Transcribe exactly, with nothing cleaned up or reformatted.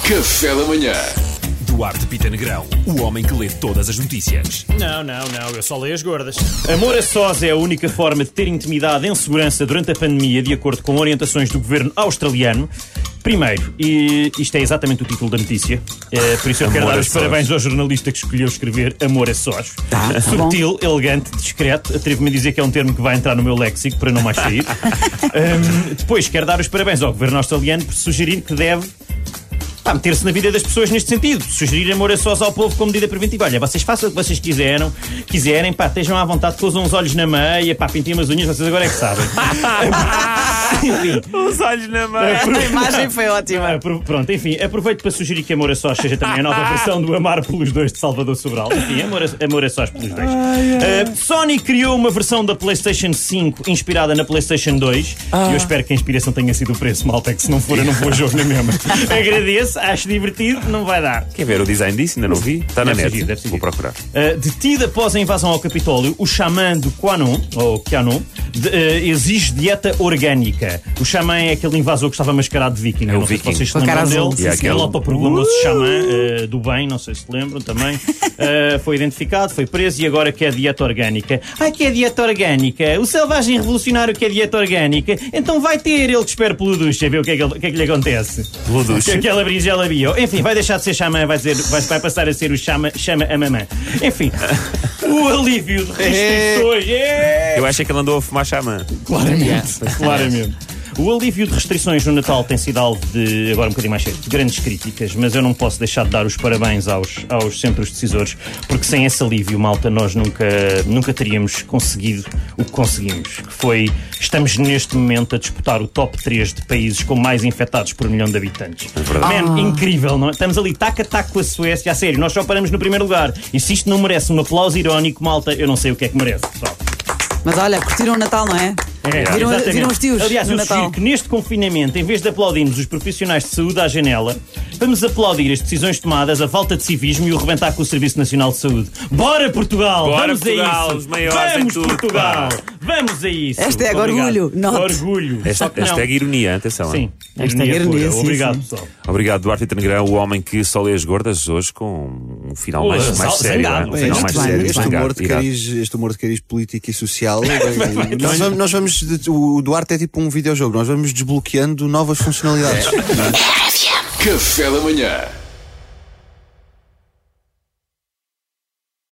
Café da Manhã. Duarte Pita Negrão, o homem que lê todas as notícias. Não, não, não, eu só leio as gordas. Amor a sós é a única forma de ter intimidade em segurança durante a pandemia, de acordo com orientações do governo australiano. Primeiro, e isto é exatamente o título da notícia, é, por isso eu quero Amor dar a os sós. parabéns ao jornalista que escolheu escrever Amor a sós. Tá, tá Subtil, elegante, discreto, atrevo-me a dizer que é um termo que vai entrar no meu léxico para não mais sair. Hum, depois, quero dar os parabéns ao governo australiano por sugerir que deve Pá, meter-se na vida das pessoas neste sentido. Sugerir amor a sós ao povo como medida preventiva. Olha, vocês façam o que vocês quiseram, quiserem, pá, estejam à vontade, coisam os olhos na meia, pá, pintem umas unhas, vocês agora é que sabem. Enfim, Os olhos na mão. A imagem foi ótima. apro- pronto, enfim, aproveito para sugerir que Amor a Sós seja também a nova versão do Amar pelos Dois de Salvador Sobral. Enfim, Amor a, amor a Sós pelos Dois. Uh, Sony criou uma versão da PlayStation cinco inspirada na PlayStation dois e eu espero que a inspiração tenha sido o preço, malta, que se não for eu não vou ao jogo na mesma. Agradeço, acho divertido, não vai dar. Quer ver o design disso? Ainda não vi. Está na Deve net. seguir, deve seguir. Vou procurar. Uh, detido após a invasão ao Capitólio, o xamã do Qanon, ou Qanon, de- uh, exige dieta orgânica. O xamã é aquele invasor que estava mascarado de viking. É o não sei se viking. vocês se Com a cara lembram azul, dele. sim, Ele senhor. autoproclamou-se xamã uh, do bem, não sei se se lembram também. Uh, foi identificado, foi preso e agora quer dieta orgânica. Ai, que é dieta orgânica? O selvagem revolucionário que é dieta orgânica? Então vai ter ele que espera pelo duche a ver o que é que, ele- o que, é que lhe acontece. Pelo duche. Que aquela berinjela bio. Enfim, vai deixar de ser xamã, vai, dizer, vai, vai passar a ser o chama, chama a mamã. Enfim, o alívio de restrições. É. Eu acho que ele andou a fumar xamã. Claramente, claramente. O alívio de restrições no Natal tem sido alvo de, agora um bocadinho mais cedo, de grandes críticas, mas eu não posso deixar de dar os parabéns aos, aos centros decisores, porque sem esse alívio, malta, nós nunca, nunca teríamos conseguido o que conseguimos, que foi, estamos neste momento a disputar o top três de países com mais infectados por milhão de habitantes. É verdade. Man, incrível, não é? Estamos ali tac a tac com a Suécia, a sério, nós só paramos no primeiro lugar. E se isto não merece um aplauso irónico, malta, eu não sei o que é que merece, pessoal. Mas olha, curtiram o Natal, não é? É, Viram, exatamente. viram os tios Aliás, no eu Natal. sugiro que neste confinamento, em vez de aplaudirmos os profissionais de saúde à janela, vamos aplaudir as decisões tomadas, a falta de civismo e o rebentar com o Serviço Nacional de Saúde. Bora, Portugal! Bora, vamos Portugal, a os isso! maiores em Vamos, tudo, Portugal! pá. Vamos a isso! Hashtag Obrigado. orgulho, note. Orgulho! Só Esta, que não. hashtag ironia, atenção. Sim. hein? Hashtag Ironia ironia, pura. sim, Obrigado, sim. pessoal. Obrigado, Duarte Pita Negrão, o homem que só lê as gordas, hoje com um final mais, Oh, mais zangado. sério. hein? Um Bem, final muito mais bem, sério. muito Este Zangado, humor, de irado. cariz, este humor de cariz político e social. nós, vamos, nós vamos. de- O Duarte é tipo um videojogo, nós vamos desbloqueando novas funcionalidades. Café da Manhã.